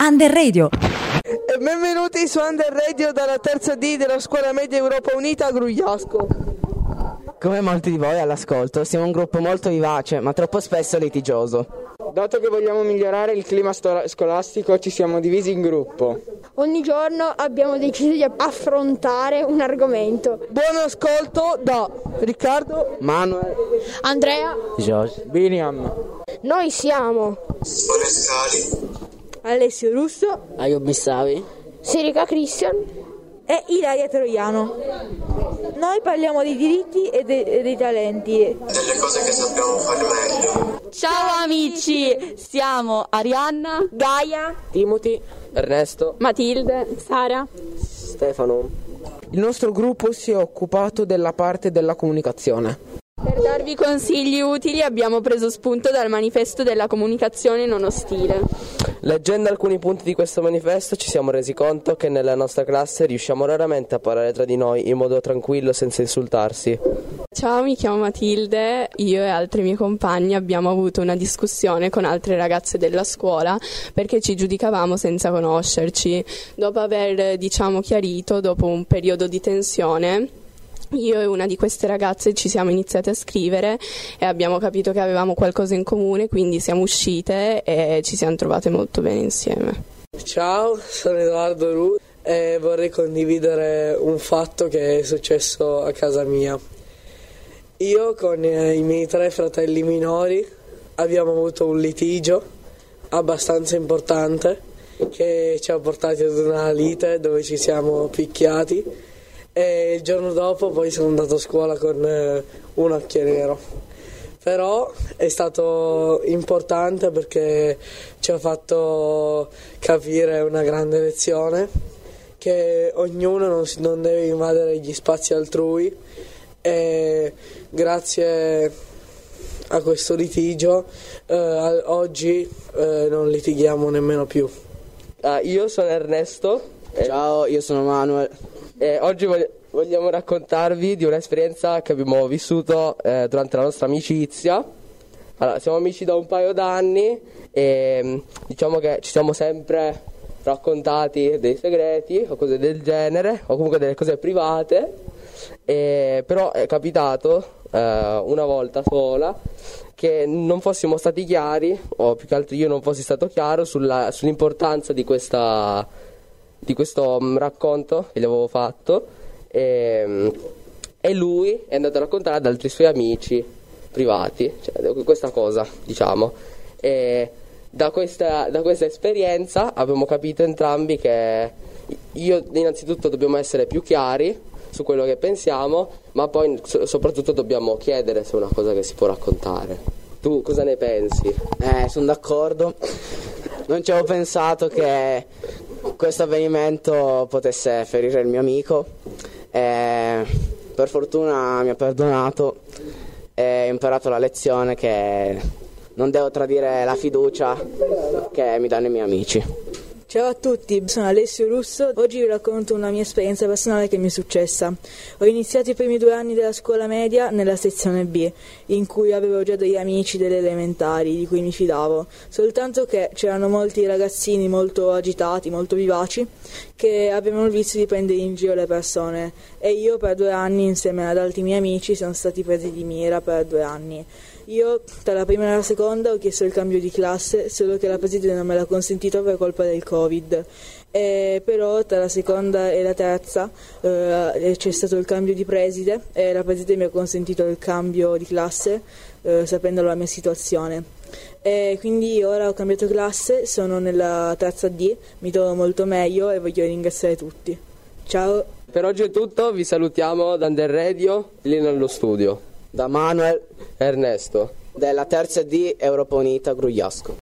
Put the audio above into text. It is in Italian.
Under Radio. E benvenuti su Under Radio dalla terza D della Scuola Media Europa Unita a Grugliasco. Come molti di voi all'ascolto, siamo un gruppo molto vivace, ma troppo spesso litigioso. Dato che vogliamo migliorare il clima scolastico, ci siamo divisi in gruppo. Ogni giorno abbiamo deciso di affrontare un argomento. Buon ascolto da Riccardo, Manuel, Andrea, George, Biniam. noi siamo Alessio Russo, Ayub Missavi, Serica Christian e Ilaria Troiano. Noi parliamo dei diritti e dei talenti. Delle cose che sappiamo fare meglio. Ciao amici, siamo Arianna, Gaia, Timothy, Ernesto, Matilde, Sara. Stefano. Il nostro gruppo si è occupato della parte della comunicazione. Per darvi consigli utili abbiamo preso spunto dal manifesto della comunicazione non ostile. Leggendo alcuni punti di questo manifesto ci siamo resi conto che nella nostra classe riusciamo raramente a parlare tra di noi in modo tranquillo senza insultarsi. Ciao, mi chiamo Matilde, io e altre mie compagne abbiamo avuto una discussione con altre ragazze della scuola perché ci giudicavamo senza conoscerci. Dopo aver, chiarito, dopo un periodo di tensione, io e una di queste ragazze ci siamo iniziate a scrivere e abbiamo capito che avevamo qualcosa in comune, quindi siamo uscite e ci siamo trovate molto bene insieme. Ciao, sono Edoardo Ru e vorrei condividere un fatto che è successo a casa mia. Io con i miei 3 fratelli minori abbiamo avuto un litigio abbastanza importante che ci ha portati ad una lite dove ci siamo picchiati. E il giorno dopo poi sono andato a scuola con un occhio nero. Però è stato importante perché ci ha fatto capire una grande lezione, che ognuno non deve invadere gli spazi altrui, e grazie a questo litigio oggi non litighiamo nemmeno più. Io sono Ernesto. Ciao, io sono Manuel. Oggi vogliamo raccontarvi di un'esperienza che abbiamo vissuto durante la nostra amicizia. Allora, siamo amici da un paio d'anni e diciamo che ci siamo sempre raccontati dei segreti o cose del genere, o comunque delle cose private, però è capitato una volta sola che non fossimo stati chiari, o più che altro io non fossi stato chiaro sull'importanza di questo racconto che gli avevo fatto, e lui è andato a raccontare ad altri suoi amici privati, cioè, questa cosa, diciamo. E da questa esperienza abbiamo capito entrambi che innanzitutto dobbiamo essere più chiari su quello che pensiamo, ma poi soprattutto dobbiamo chiedere se è una cosa che si può raccontare. Tu cosa ne pensi? Sono d'accordo. Non ci avevo pensato che questo avvenimento potesse ferire il mio amico, per fortuna mi ha perdonato e ho imparato la lezione che non devo tradire la fiducia che mi danno i miei amici. Ciao a tutti, sono Alessio Russo. Oggi vi racconto una mia esperienza personale che mi è successa. Ho iniziato i primi 2 anni della scuola media nella sezione B, in cui avevo già degli amici delle elementari di cui mi fidavo, soltanto che c'erano molti ragazzini molto agitati, molto vivaci, che avevano il vizio di prendere in giro le persone, e io per 2 anni insieme ad altri miei amici siamo stati presi di mira per 2 anni. Io tra la prima e la seconda ho chiesto il cambio di classe, solo che la preside non me l'ha consentito per colpa del Covid. Però tra la seconda e la terza c'è stato il cambio di preside e la preside mi ha consentito il cambio di classe, sapendo la mia situazione. E quindi ora ho cambiato classe, sono nella terza D, mi trovo molto meglio e voglio ringraziare tutti. Ciao! Per oggi è tutto, vi salutiamo da Under Radio, lì nello studio. Da Manuel, Ernesto, della terza D Europa Unita Grugliasco.